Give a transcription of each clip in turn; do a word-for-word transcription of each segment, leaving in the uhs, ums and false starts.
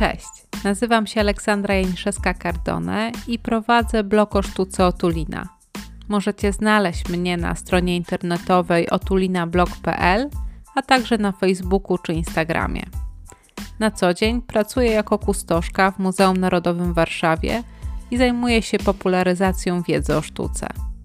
Cześć, nazywam się Aleksandra Janiszewska-Cardone i prowadzę blog o sztuce Otulina. Możecie znaleźć mnie na stronie internetowej otulinablog kropka pe el, a także na Facebooku czy Instagramie. Na co dzień pracuję jako kustoszka w Muzeum Narodowym w Warszawie i zajmuję się popularyzacją wiedzy o sztuce.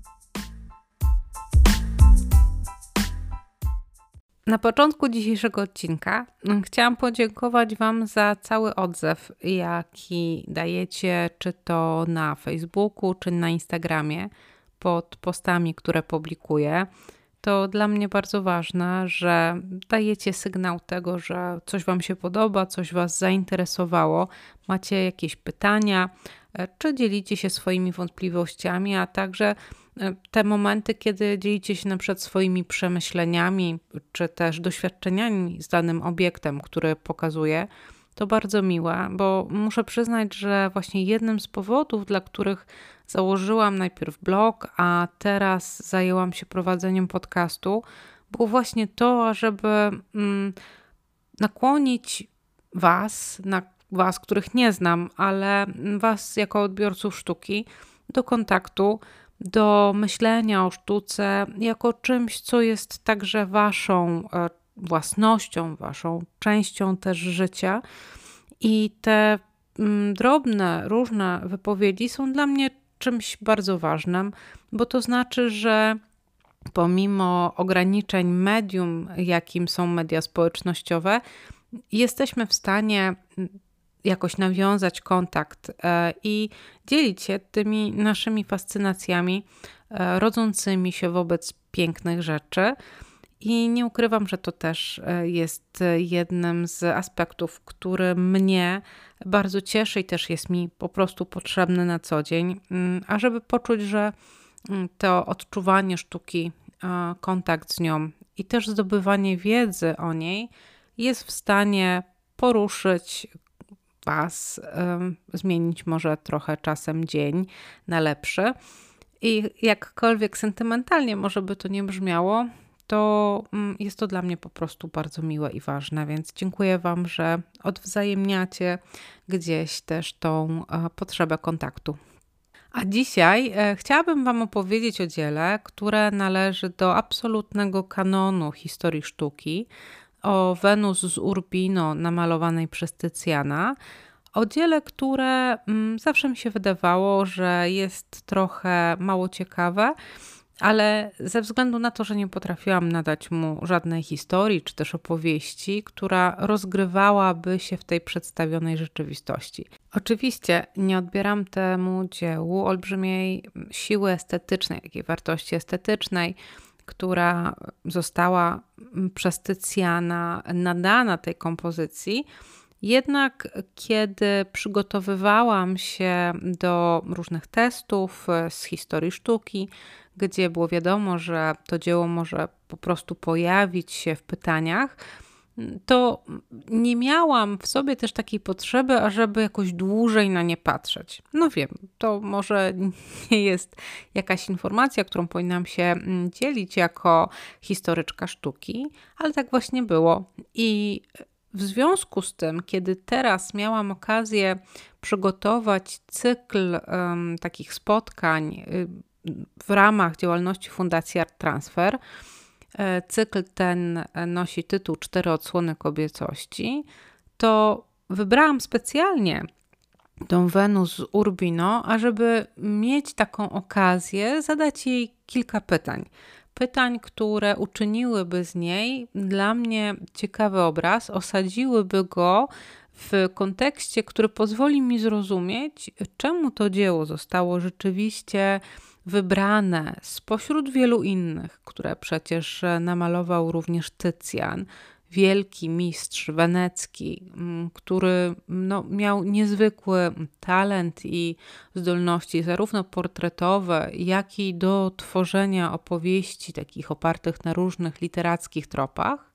Na początku dzisiejszego odcinka chciałam podziękować Wam za cały odzew, jaki dajecie, czy to na Facebooku, czy na Instagramie, pod postami, które publikuję. To dla mnie bardzo ważne, że dajecie sygnał tego, że coś Wam się podoba, coś Was zainteresowało, macie jakieś pytania, czy dzielicie się swoimi wątpliwościami, a także te momenty, kiedy dzielicie się na przykład swoimi przemyśleniami, czy też doświadczeniami z danym obiektem, który pokazuję, to bardzo miłe, bo muszę przyznać, że właśnie jednym z powodów, dla których założyłam najpierw blog, a teraz zajęłam się prowadzeniem podcastu, było właśnie to, żeby mm, nakłonić Was, na Was, których nie znam, ale Was jako odbiorców sztuki, do kontaktu, do myślenia o sztuce jako czymś, co jest także Waszą własnością, Waszą częścią też życia. I te mm, drobne, różne wypowiedzi są dla mnie czymś bardzo ważnym, bo to znaczy, że pomimo ograniczeń medium, jakim są media społecznościowe, jesteśmy w stanie jakoś nawiązać kontakt i dzielić się tymi naszymi fascynacjami rodzącymi się wobec pięknych rzeczy. I nie ukrywam, że to też jest jednym z aspektów, który mnie bardzo cieszy i też jest mi po prostu potrzebny na co dzień, a żeby poczuć, że to odczuwanie sztuki, kontakt z nią i też zdobywanie wiedzy o niej jest w stanie poruszyć Was, zmienić może trochę czasem dzień na lepszy. I jakkolwiek sentymentalnie może by to nie brzmiało, to jest to dla mnie po prostu bardzo miłe i ważne, więc dziękuję Wam, że odwzajemniacie gdzieś też tą potrzebę kontaktu. A dzisiaj chciałabym Wam opowiedzieć o dziele, które należy do absolutnego kanonu historii sztuki, o Wenus z Urbino namalowanej przez Tycjana, o dziele, które zawsze mi się wydawało, że jest trochę mało ciekawe, ale ze względu na to, że nie potrafiłam nadać mu żadnej historii czy też opowieści, która rozgrywałaby się w tej przedstawionej rzeczywistości. Oczywiście nie odbieram temu dziełu olbrzymiej siły estetycznej, takiej wartości estetycznej, która została przez Tycjana nadana tej kompozycji. Jednak kiedy przygotowywałam się do różnych testów z historii sztuki, gdzie było wiadomo, że to dzieło może po prostu pojawić się w pytaniach, to nie miałam w sobie też takiej potrzeby, ażeby jakoś dłużej na nie patrzeć. No wiem, to może nie jest jakaś informacja, którą powinnam się dzielić jako historyczka sztuki, ale tak właśnie było. I w związku z tym, kiedy teraz miałam okazję przygotować cykl um, takich spotkań y, w ramach działalności Fundacji Art Transfer, cykl ten nosi tytuł Cztery odsłony kobiecości, to wybrałam specjalnie tą Wenus z Urbino, ażeby mieć taką okazję zadać jej kilka pytań. Pytań, które uczyniłyby z niej dla mnie ciekawy obraz, osadziłyby go w kontekście, który pozwoli mi zrozumieć, czemu to dzieło zostało rzeczywiście wybrane spośród wielu innych, które przecież namalował również Tycjan, wielki mistrz wenecki, który no, miał niezwykły talent i zdolności zarówno portretowe, jak i do tworzenia opowieści takich opartych na różnych literackich tropach.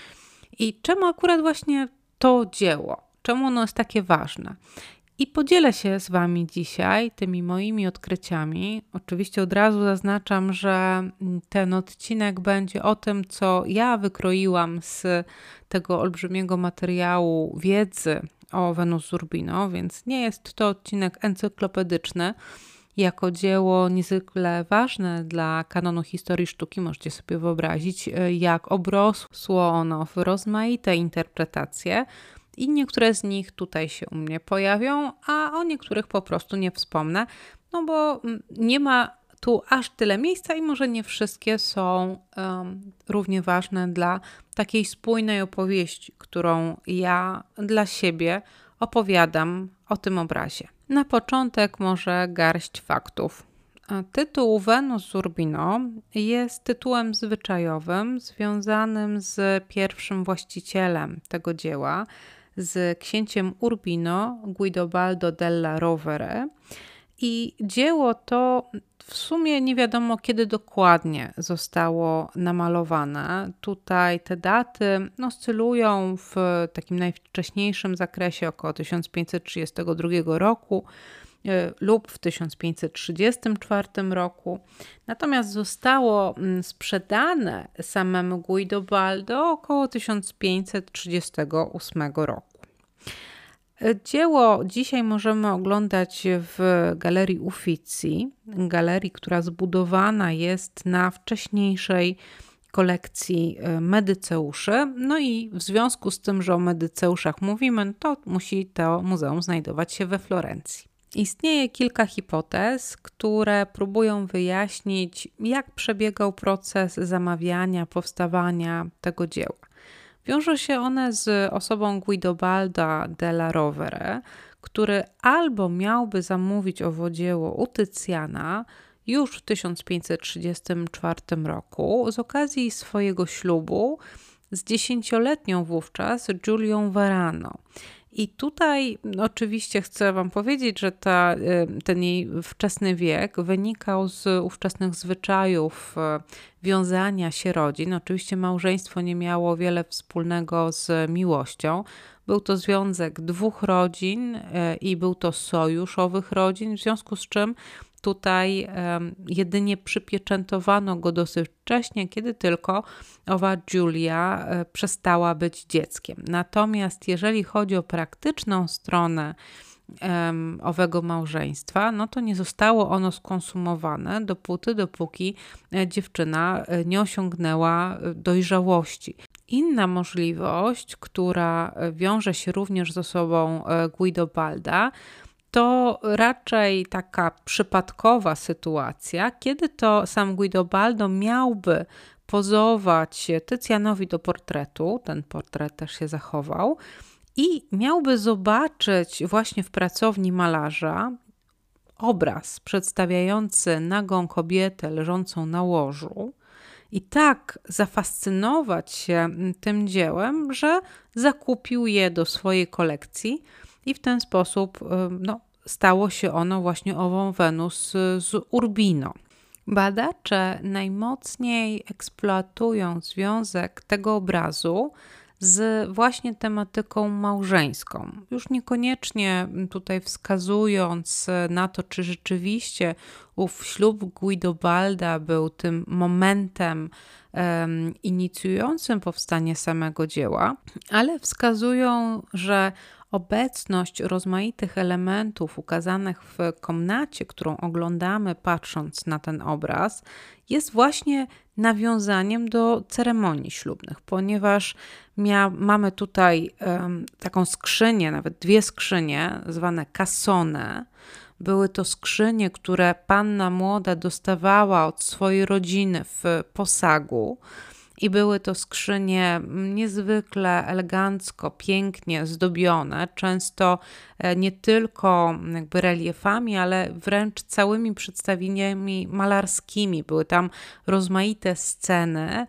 I czemu akurat właśnie to dzieło? Czemu ono jest takie ważne? I podzielę się z Wami dzisiaj tymi moimi odkryciami. Oczywiście od razu zaznaczam, że ten odcinek będzie o tym, co ja wykroiłam z tego olbrzymiego materiału wiedzy o Wenus z Urbino, więc nie jest to odcinek encyklopedyczny. Jako dzieło niezwykle ważne dla kanonu historii sztuki, możecie sobie wyobrazić, jak obrosło ono w rozmaite interpretacje i niektóre z nich tutaj się u mnie pojawią, a o niektórych po prostu nie wspomnę, no bo nie ma tu aż tyle miejsca i może nie wszystkie są um, równie ważne dla takiej spójnej opowieści, którą ja dla siebie opowiadam o tym obrazie. Na początek może garść faktów. Tytuł Wenus z Urbino jest tytułem zwyczajowym związanym z pierwszym właścicielem tego dzieła, z księciem Urbino, Guidobaldo della Rovere. I dzieło to w sumie nie wiadomo kiedy dokładnie zostało namalowane. Tutaj te daty oscylują w takim najwcześniejszym zakresie około tysiąc pięćset trzydziestego drugiego roku lub w tysiąc pięćset trzydziestym czwartym roku. Natomiast zostało sprzedane samemu Guidobaldo około tysiąc pięćset trzydziestego ósmego roku. Dzieło dzisiaj możemy oglądać w Galerii Uffizi, galerii, która zbudowana jest na wcześniejszej kolekcji Medyceuszy. No i w związku z tym, że o Medyceuszach mówimy, to musi to muzeum znajdować się we Florencji. Istnieje kilka hipotez, które próbują wyjaśnić, jak przebiegał proces zamawiania, powstawania tego dzieła. Wiążą się one z osobą Guidobalda della Rovere, który albo miałby zamówić owo dzieło u Tycjana już w tysiąc pięćset trzydziestym czwartym roku z okazji swojego ślubu z dziesięcioletnią wówczas Giulią Varano. I tutaj oczywiście chcę Wam powiedzieć, że ta, ten jej wczesny wiek wynikał z ówczesnych zwyczajów wiązania się rodzin. Oczywiście małżeństwo nie miało wiele wspólnego z miłością. Był to związek dwóch rodzin i był to sojusz owych rodzin, w związku z czym tutaj jedynie przypieczętowano go dosyć wcześnie, kiedy tylko owa Giulia przestała być dzieckiem. Natomiast jeżeli chodzi o praktyczną stronę um, owego małżeństwa, no to nie zostało ono skonsumowane dopóty, dopóki dziewczyna nie osiągnęła dojrzałości. Inna możliwość, która wiąże się również z osobą Guidobalda, to raczej taka przypadkowa sytuacja, kiedy to sam Guidobaldo miałby pozować Tycjanowi do portretu, ten portret też się zachował, i miałby zobaczyć właśnie w pracowni malarza obraz przedstawiający nagą kobietę leżącą na łożu i tak zafascynować się tym dziełem, że zakupił je do swojej kolekcji i w ten sposób no, stało się ono właśnie ową Wenus z Urbino. Badacze najmocniej eksploatują związek tego obrazu z właśnie tematyką małżeńską. Już niekoniecznie tutaj wskazując na to, czy rzeczywiście ów ślub Guidobalda był tym momentem um, inicjującym powstanie samego dzieła, ale wskazują, że obecność rozmaitych elementów ukazanych w komnacie, którą oglądamy patrząc na ten obraz, jest właśnie nawiązaniem do ceremonii ślubnych, ponieważ mia- mamy tutaj um, taką skrzynię, nawet dwie skrzynie zwane cassone. Były to skrzynie, które panna młoda dostawała od swojej rodziny w posagu. I były to skrzynie niezwykle elegancko, pięknie zdobione, często nie tylko jakby reliefami, ale wręcz całymi przedstawieniami malarskimi. Były tam rozmaite sceny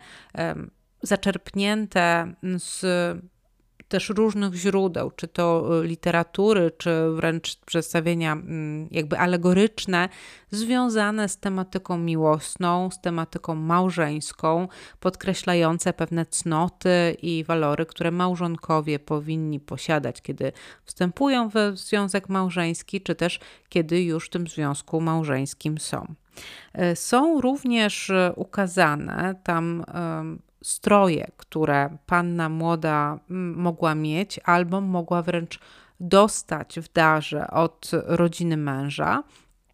zaczerpnięte z też różnych źródeł, czy to literatury, czy wręcz przedstawienia jakby alegoryczne, związane z tematyką miłosną, z tematyką małżeńską, podkreślające pewne cnoty i walory, które małżonkowie powinni posiadać, kiedy wstępują w związek małżeński, czy też kiedy już w tym związku małżeńskim są. Są również ukazane tam stroje, które panna młoda mogła mieć albo mogła wręcz dostać w darze od rodziny męża.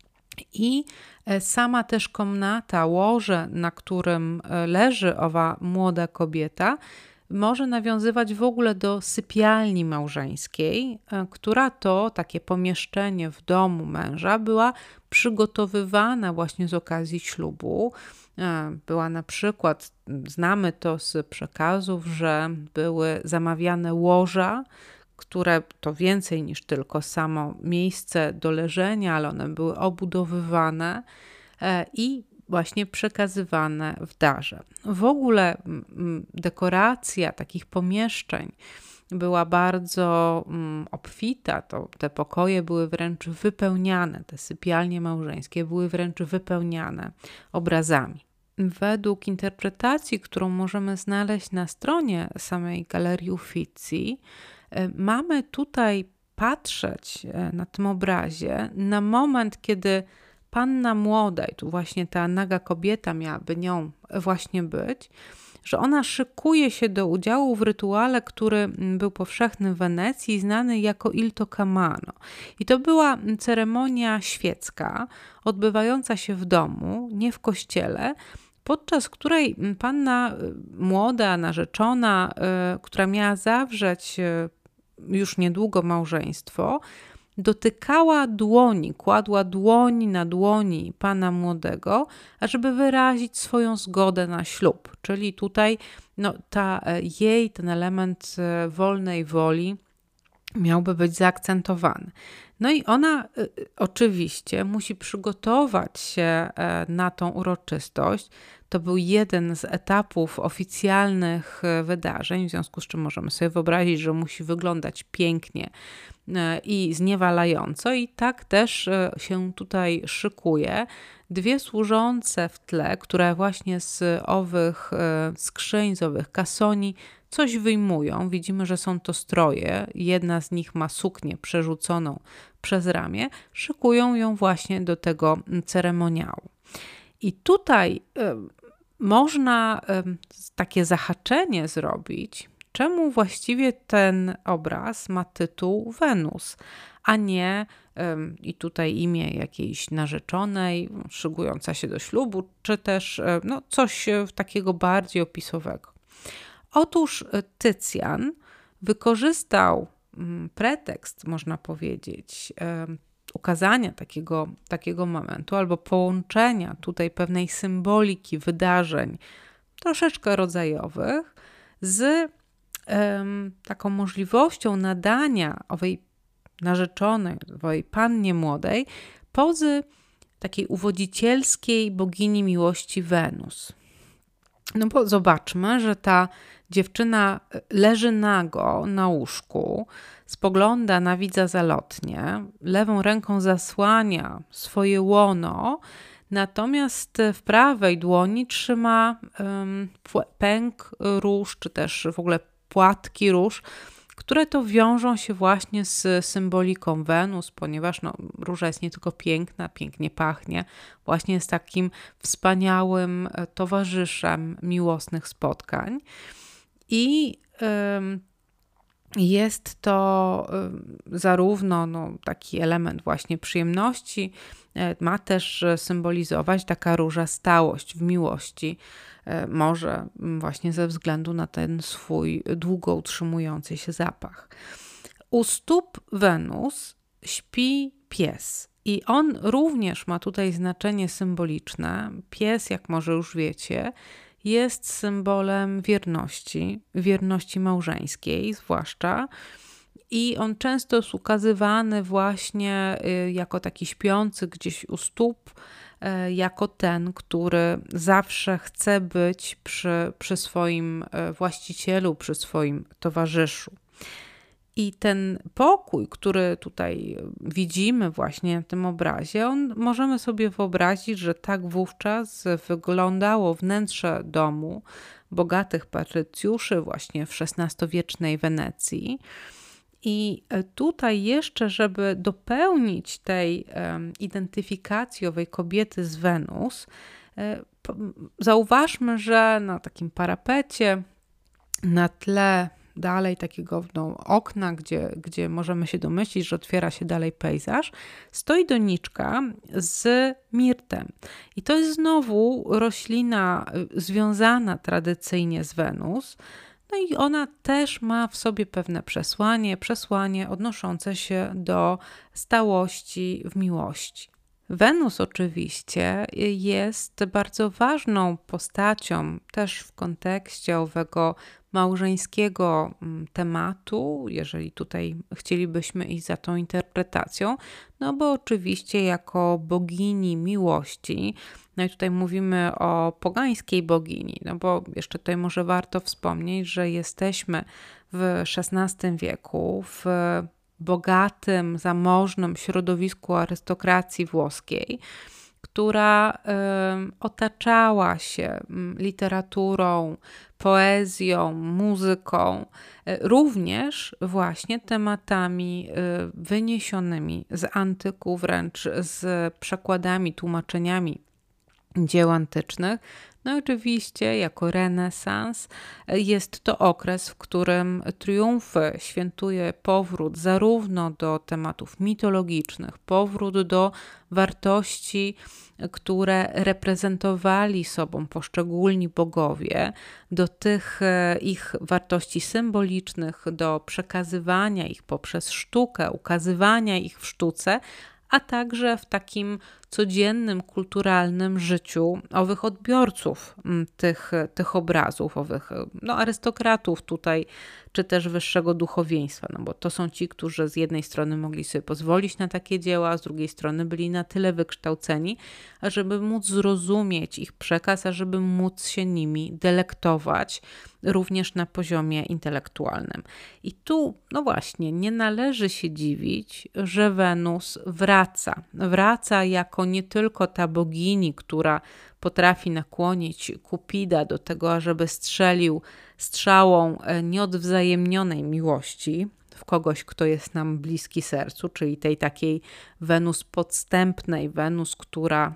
I sama też komnata, łoże, na którym leży owa młoda kobieta, może nawiązywać w ogóle do sypialni małżeńskiej, która to takie pomieszczenie w domu męża była przygotowywana właśnie z okazji ślubu. Była na przykład, znamy to z przekazów, że były zamawiane łoża, które to więcej niż tylko samo miejsce do leżenia, ale one były obudowywane i właśnie przekazywane w darze. W ogóle dekoracja takich pomieszczeń była bardzo obfita, to te pokoje były wręcz wypełniane, te sypialnie małżeńskie były wręcz wypełniane obrazami. Według interpretacji, którą możemy znaleźć na stronie samej Galerii Uffizi, mamy tutaj patrzeć na tym obrazie na moment, kiedy panna młoda, i tu właśnie ta naga kobieta miałaby nią właśnie być, że ona szykuje się do udziału w rytuale, który był powszechny w Wenecji, znany jako Il Toccamano. I to była ceremonia świecka, odbywająca się w domu, nie w kościele, podczas której panna młoda, narzeczona, która miała zawrzeć już niedługo małżeństwo, dotykała dłoni, kładła dłoń na dłoni pana młodego, ażeby wyrazić swoją zgodę na ślub. Czyli tutaj no, ta jej, ten element wolnej woli miałby być zaakcentowany. No i ona y, oczywiście musi przygotować się na tą uroczystość. To był jeden z etapów oficjalnych wydarzeń, w związku z czym możemy sobie wyobrazić, że musi wyglądać pięknie i zniewalająco, i tak też się tutaj szykuje. Dwie służące w tle, które właśnie z owych skrzyń, z owych kasoni coś wyjmują. Widzimy, że są to stroje. Jedna z nich ma suknię przerzuconą przez ramię. Szykują ją właśnie do tego ceremoniału. I tutaj y, można y, takie zahaczenie zrobić, czemu właściwie ten obraz ma tytuł Wenus, a nie y, i tutaj imię jakiejś narzeczonej, szykująca się do ślubu, czy też y, no, coś y, takiego bardziej opisowego. Otóż Tycjan wykorzystał y, pretekst, można powiedzieć, y, ukazania takiego, takiego momentu albo połączenia tutaj pewnej symboliki wydarzeń troszeczkę rodzajowych z um, taką możliwością nadania owej narzeczonej, owej pannie młodej pozy takiej uwodzicielskiej bogini miłości Wenus. No bo zobaczmy, że ta dziewczyna leży nago na łóżku, spogląda na widza zalotnie, lewą ręką zasłania swoje łono, natomiast w prawej dłoni trzyma um, pęk róż, czy też w ogóle płatki róż, które to wiążą się właśnie z symboliką Wenus, ponieważ no, róża jest nie tylko piękna, pięknie pachnie, właśnie jest takim wspaniałym towarzyszem miłosnych spotkań. I ym, jest to ym, zarówno no, taki element właśnie przyjemności, y, ma też symbolizować taka róża stałość w miłości, y, może właśnie ze względu na ten swój długo utrzymujący się zapach. U stóp Wenus śpi pies. I on również ma tutaj znaczenie symboliczne. Pies, jak może już wiecie, jest symbolem wierności, wierności małżeńskiej zwłaszcza. I on często jest ukazywany właśnie jako taki śpiący gdzieś u stóp, jako ten, który zawsze chce być przy, przy swoim właścicielu, przy swoim towarzyszu. I ten pokój, który tutaj widzimy właśnie w tym obrazie, on możemy sobie wyobrazić, że tak wówczas wyglądało wnętrze domu bogatych patrycjuszy właśnie w szesnastowiecznej Wenecji. I tutaj jeszcze, żeby dopełnić tej um, identyfikacji owej kobiety z Wenus, um, zauważmy, że na takim parapecie na tle dalej takiego no, okna, gdzie, gdzie możemy się domyślić, że otwiera się dalej pejzaż, stoi doniczka z mirtem. I to jest znowu roślina związana tradycyjnie z Wenus. No i ona też ma w sobie pewne przesłanie, przesłanie odnoszące się do stałości w miłości. Wenus oczywiście jest bardzo ważną postacią też w kontekście owego małżeńskiego tematu, jeżeli tutaj chcielibyśmy iść za tą interpretacją, no bo oczywiście jako bogini miłości, no i tutaj mówimy o pogańskiej bogini, no bo jeszcze tutaj może warto wspomnieć, że jesteśmy w szesnastym wieku, w bogatym, zamożnym środowisku arystokracji włoskiej, która y, otaczała się literaturą, poezją, muzyką, y, również właśnie tematami y, wyniesionymi z antyku, wręcz z przekładami, tłumaczeniami dzieł antycznych. No i oczywiście jako renesans jest to okres, w którym triumfy świętuje powrót zarówno do tematów mitologicznych, powrót do wartości, które reprezentowali sobą poszczególni bogowie, do tych ich wartości symbolicznych, do przekazywania ich poprzez sztukę, ukazywania ich w sztuce, a także w takim codziennym, kulturalnym życiu owych odbiorców tych, tych obrazów, owych no, arystokratów tutaj, czy też wyższego duchowieństwa, no bo to są ci, którzy z jednej strony mogli sobie pozwolić na takie dzieła, a z drugiej strony byli na tyle wykształceni, ażeby móc zrozumieć ich przekaz, ażeby móc się nimi delektować, również na poziomie intelektualnym. I tu, no właśnie, nie należy się dziwić, że Wenus wraca. Wraca jako nie tylko ta bogini, która potrafi nakłonić Kupida do tego, ażeby strzelił strzałą nieodwzajemnionej miłości w kogoś, kto jest nam bliski sercu, czyli tej takiej Wenus podstępnej, Wenus, która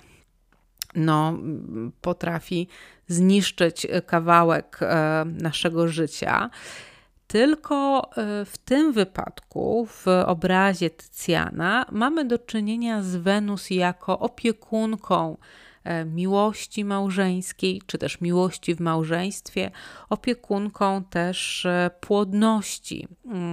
no, potrafi zniszczyć kawałek naszego życia. Tylko w tym wypadku, w obrazie Tycjana, mamy do czynienia z Wenus jako opiekunką miłości małżeńskiej, czy też miłości w małżeństwie, opiekunką też płodności,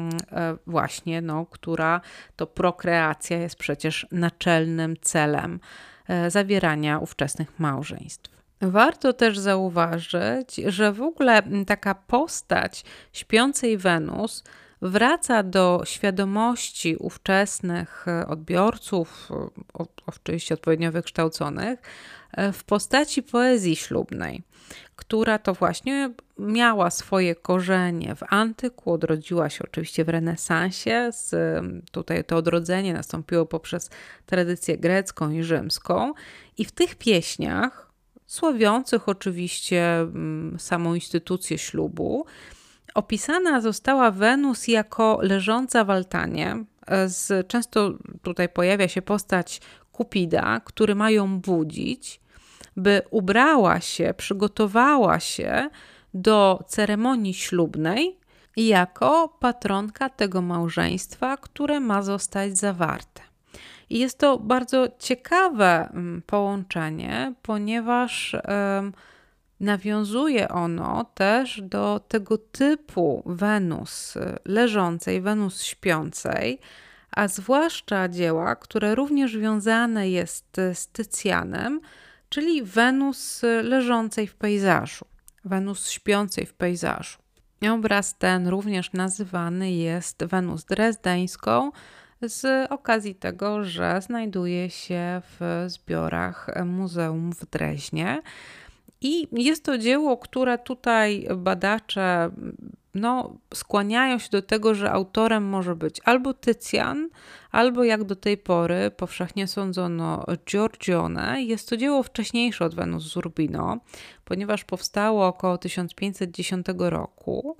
właśnie, no, która to prokreacja jest przecież naczelnym celem zawierania ówczesnych małżeństw. Warto też zauważyć, że w ogóle taka postać śpiącej Wenus wraca do świadomości ówczesnych odbiorców, oczywiście odpowiednio wykształconych, w postaci poezji ślubnej, która to właśnie miała swoje korzenie w antyku, odrodziła się oczywiście w renesansie. Z, tutaj to odrodzenie nastąpiło poprzez tradycję grecką i rzymską i w tych pieśniach, sławiących oczywiście samą instytucję ślubu, opisana została Wenus jako leżąca w altanie. Z, często tutaj pojawia się postać Kupida, który ma ją budzić, by ubrała się, przygotowała się do ceremonii ślubnej jako patronka tego małżeństwa, które ma zostać zawarte. I jest to bardzo ciekawe połączenie, ponieważ um, nawiązuje ono też do tego typu Wenus leżącej, Wenus śpiącej, a zwłaszcza dzieła, które również wiązane jest z Tycjanem, czyli Wenus leżącej w pejzażu, Wenus śpiącej w pejzażu. Obraz ten również nazywany jest Wenus drezdeńską z okazji tego, że znajduje się w zbiorach Muzeum w Dreźnie. I jest to dzieło, które tutaj badacze no, skłaniają się do tego, że autorem może być albo Tycjan, albo jak do tej pory powszechnie sądzono Giorgione. Jest to dzieło wcześniejsze od Wenus z Urbino, ponieważ powstało około tysiąc pięćset dziesiątego roku.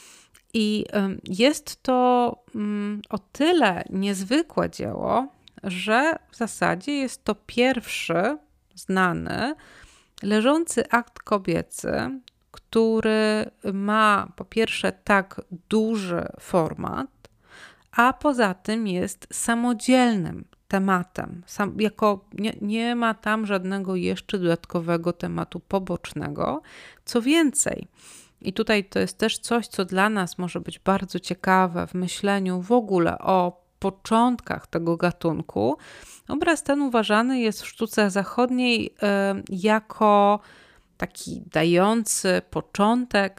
I jest to o tyle niezwykłe dzieło, że w zasadzie jest to pierwszy znany leżący akt kobiecy, który ma po pierwsze tak duży format, a poza tym jest samodzielnym tematem. Sam, jako nie, nie ma tam żadnego jeszcze dodatkowego tematu pobocznego. Co więcej, i tutaj to jest też coś, co dla nas może być bardzo ciekawe w myśleniu w ogóle o początkach tego gatunku. Obraz ten uważany jest w sztuce zachodniej y, jako taki dający początek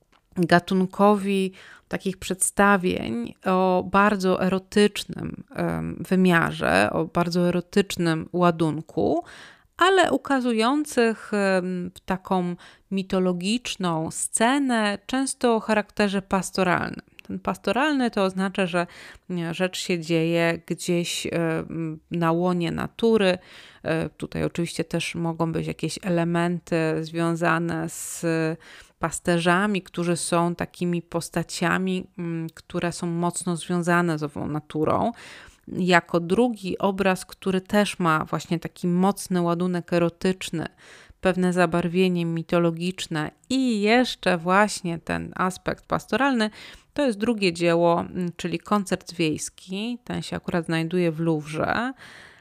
gatunkowi takich przedstawień o bardzo erotycznym wymiarze, o bardzo erotycznym ładunku, ale ukazujących taką mitologiczną scenę, często o charakterze pastoralnym. Ten pastoralny to oznacza, że rzecz się dzieje gdzieś na łonie natury. Tutaj oczywiście też mogą być jakieś elementy związane z pasterzami, którzy są takimi postaciami, które są mocno związane z ową naturą. Jako drugi obraz, który też ma właśnie taki mocny ładunek erotyczny, pewne zabarwienie mitologiczne i jeszcze właśnie ten aspekt pastoralny, to jest drugie dzieło, czyli Koncert wiejski. Ten się akurat znajduje w Louvre.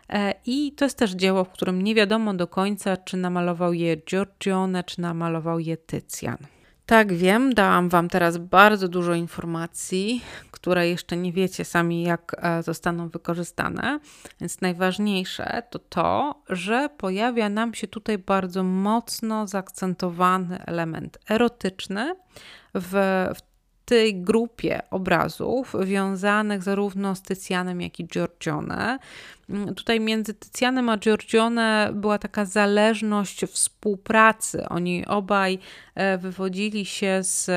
I to jest też dzieło, w którym nie wiadomo do końca, czy namalował je Giorgione, czy namalował je Tycjan. Tak, wiem, dałam Wam teraz bardzo dużo informacji, które jeszcze nie wiecie sami, jak zostaną wykorzystane. Więc najważniejsze to to, że pojawia nam się tutaj bardzo mocno zaakcentowany element erotyczny w, w tej grupie obrazów wiązanych zarówno z Tycjanem, jak i Giorgione. Tutaj między Tycjanem a Giorgione była taka zależność współpracy. Oni obaj wywodzili się z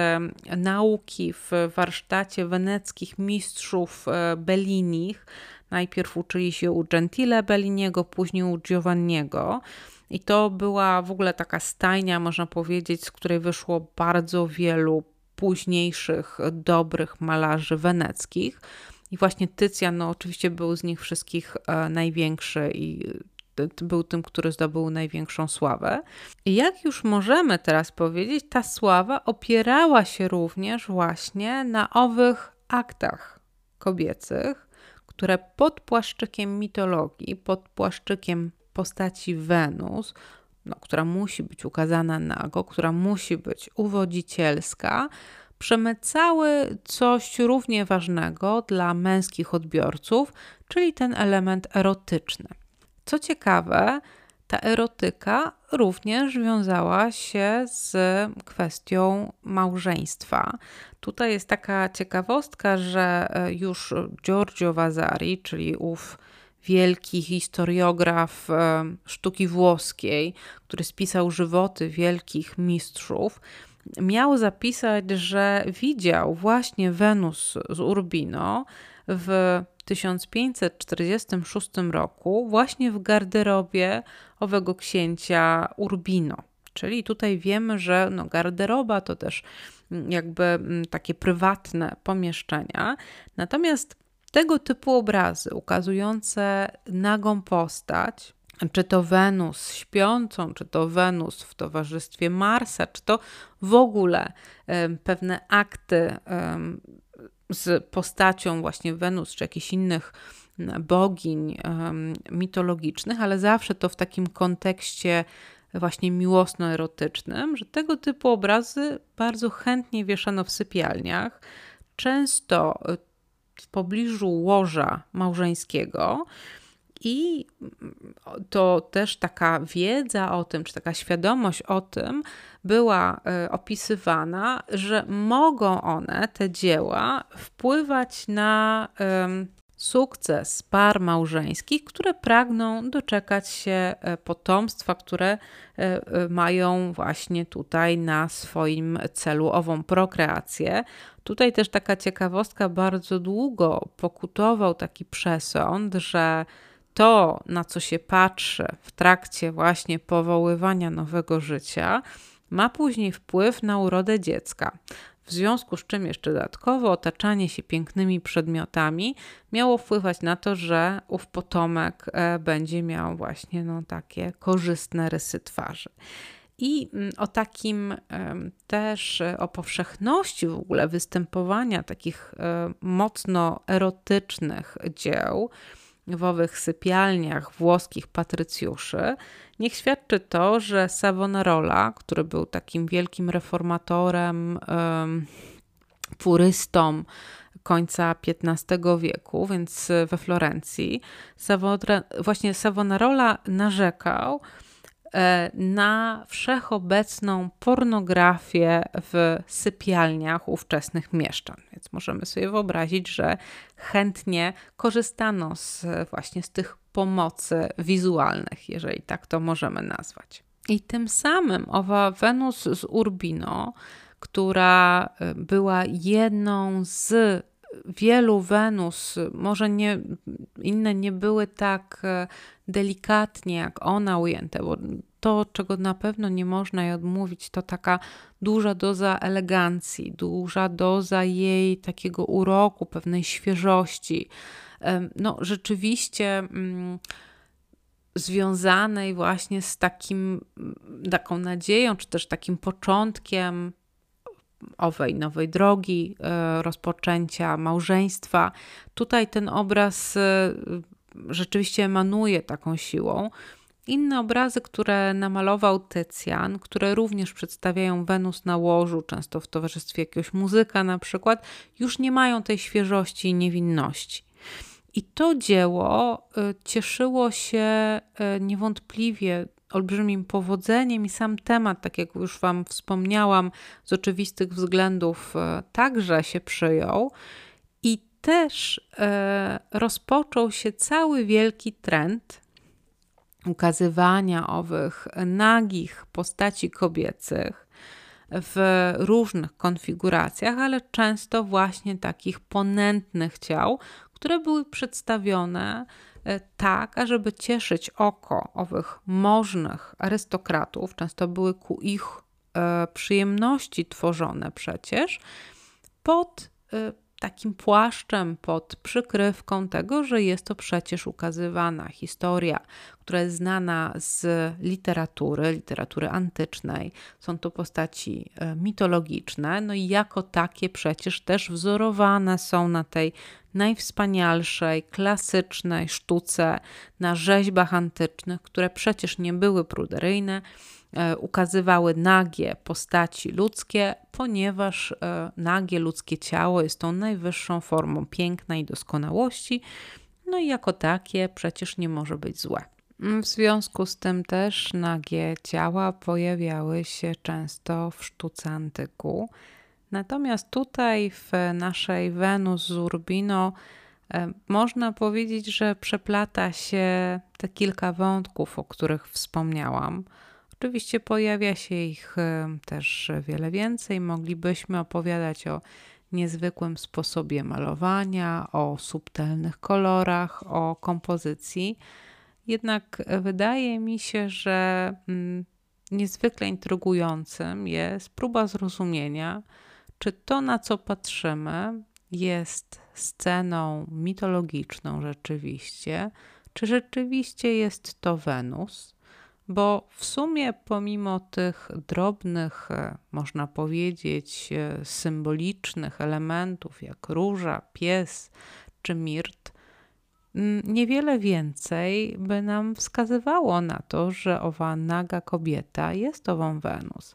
nauki w warsztacie weneckich mistrzów Bellinich. Najpierw uczyli się u Gentile Belliniego, później u Giovanniego. I to była w ogóle taka stajnia, można powiedzieć, z której wyszło bardzo wielu późniejszych, dobrych malarzy weneckich. I właśnie Tycjan, no oczywiście był z nich wszystkich e, największy i był tym, który zdobył największą sławę. I jak już możemy teraz powiedzieć, ta sława opierała się również właśnie na owych aktach kobiecych, które pod płaszczykiem mitologii, pod płaszczykiem postaci Wenus, no, która musi być ukazana nago, która musi być uwodzicielska, przemycały coś równie ważnego dla męskich odbiorców, czyli ten element erotyczny. Co ciekawe, ta erotyka również wiązała się z kwestią małżeństwa. Tutaj jest taka ciekawostka, że już Giorgio Vasari, czyli ów wielki historiograf sztuki włoskiej, który spisał żywoty wielkich mistrzów, miał zapisać, że widział właśnie Wenus z Urbino w tysiąc pięćset czterdziestym szóstym roku właśnie w garderobie owego księcia Urbino. Czyli tutaj wiemy, że no, garderoba to też jakby takie prywatne pomieszczenia. Natomiast tego typu obrazy ukazujące nagą postać, czy to Wenus śpiącą, czy to Wenus w towarzystwie Marsa, czy to w ogóle um, pewne akty um, z postacią właśnie Wenus, czy jakichś innych bogiń um, mitologicznych, ale zawsze to w takim kontekście właśnie miłosno-erotycznym, że tego typu obrazy bardzo chętnie wieszano w sypialniach, często w pobliżu łoża małżeńskiego. I to też taka wiedza o tym, czy taka świadomość o tym była opisywana, że mogą one, te dzieła, wpływać na um, sukces par małżeńskich, które pragną doczekać się potomstwa, które mają właśnie tutaj na swoim celu ową prokreację. Tutaj też taka ciekawostka, bardzo długo pokutował taki przesąd, że to, na co się patrzy w trakcie właśnie powoływania nowego życia, ma później wpływ na urodę dziecka. W związku z czym jeszcze dodatkowo otaczanie się pięknymi przedmiotami miało wpływać na to, że ów potomek będzie miał właśnie no, takie korzystne rysy twarzy. I o takim też, o powszechności w ogóle występowania takich mocno erotycznych dzieł w owych sypialniach włoskich patrycjuszy, niech świadczy to, że Savonarola, który był takim wielkim reformatorem, purystą końca piętnastego wieku, więc we Florencji, właśnie Savonarola narzekał na wszechobecną pornografię w sypialniach ówczesnych mieszczan. Więc możemy sobie wyobrazić, że chętnie korzystano z, właśnie z tych pomocy wizualnych, jeżeli tak to możemy nazwać. I tym samym owa Wenus z Urbino, która była jedną z wielu Wenus, może nie, inne nie były tak delikatnie jak ona ujęte, bo to, czego na pewno nie można jej odmówić, to taka duża doza elegancji, duża doza jej takiego uroku, pewnej świeżości. No rzeczywiście mm, związanej właśnie z takim, taką nadzieją, czy też takim początkiem owej nowej drogi, rozpoczęcia małżeństwa. Tutaj ten obraz rzeczywiście emanuje taką siłą. Inne obrazy, które namalował Tycjan, które również przedstawiają Wenus na łożu, często w towarzystwie jakiegoś muzyka na przykład, już nie mają tej świeżości i niewinności. I to dzieło cieszyło się niewątpliwie olbrzymim powodzeniem i sam temat, tak jak już Wam wspomniałam, z oczywistych względów także się przyjął. I też e, rozpoczął się cały wielki trend ukazywania owych nagich postaci kobiecych w różnych konfiguracjach, ale często właśnie takich ponętnych ciał, które były przedstawione tak, ażeby cieszyć oko owych możnych arystokratów. Często były ku ich e, przyjemności tworzone przecież pod e, takim płaszczem, pod przykrywką tego, że jest to przecież ukazywana historia, która jest znana z literatury, literatury antycznej. Są to postaci mitologiczne, no i jako takie przecież też wzorowane są na tej najwspanialszej, klasycznej sztuce, na rzeźbach antycznych, które przecież nie były pruderyjne, ukazywały nagie postaci ludzkie, ponieważ nagie ludzkie ciało jest tą najwyższą formą piękna i doskonałości, no i jako takie przecież nie może być złe. W związku z tym też nagie ciała pojawiały się często w sztuce antyku. Natomiast tutaj w naszej Wenus z Urbino można powiedzieć, że przeplata się te kilka wątków, o których wspomniałam. Oczywiście pojawia się ich też wiele więcej. Moglibyśmy opowiadać o niezwykłym sposobie malowania, o subtelnych kolorach, o kompozycji. Jednak wydaje mi się, że niezwykle intrygującym jest próba zrozumienia, czy to, na co patrzymy, jest sceną mitologiczną rzeczywiście, czy rzeczywiście jest to Wenus. Bo w sumie pomimo tych drobnych, można powiedzieć, symbolicznych elementów jak róża, pies czy mirt, niewiele więcej by nam wskazywało na to, że owa naga kobieta jest ową Wenus.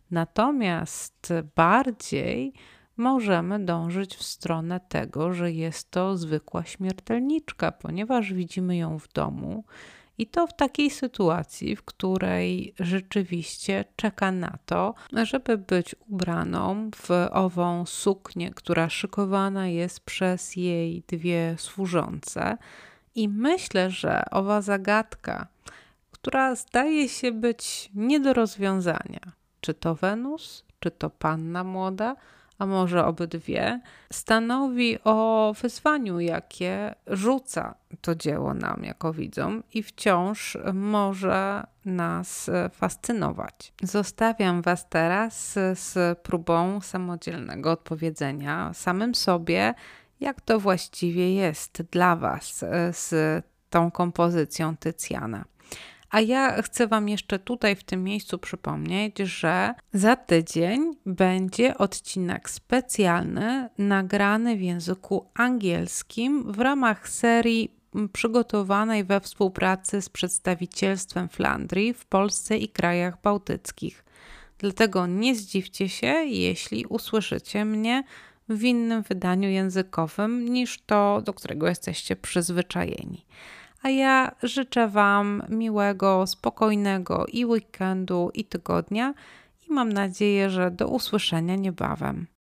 Natomiast bardziej możemy dążyć w stronę tego, że jest to zwykła śmiertelniczka, ponieważ widzimy ją w domu. I to w takiej sytuacji, w której rzeczywiście czeka na to, żeby być ubraną w ową suknię, która szykowana jest przez jej dwie służące. I myślę, że owa zagadka, która zdaje się być nie do rozwiązania, czy to Wenus, czy to panna młoda, a może obydwie, stanowi o wyzwaniu, jakie rzuca to dzieło nam jako widzom i wciąż może nas fascynować. Zostawiam Was teraz z próbą samodzielnego odpowiedzenia samym sobie, jak to właściwie jest dla Was z tą kompozycją Tycjana. A ja chcę Wam jeszcze tutaj w tym miejscu przypomnieć, że za tydzień będzie odcinek specjalny nagrany w języku angielskim w ramach serii przygotowanej we współpracy z przedstawicielstwem Flandrii w Polsce i krajach bałtyckich. Dlatego nie zdziwcie się, jeśli usłyszycie mnie w innym wydaniu językowym niż to, do którego jesteście przyzwyczajeni. A ja życzę Wam miłego, spokojnego i weekendu, i tygodnia i mam nadzieję, że do usłyszenia niebawem.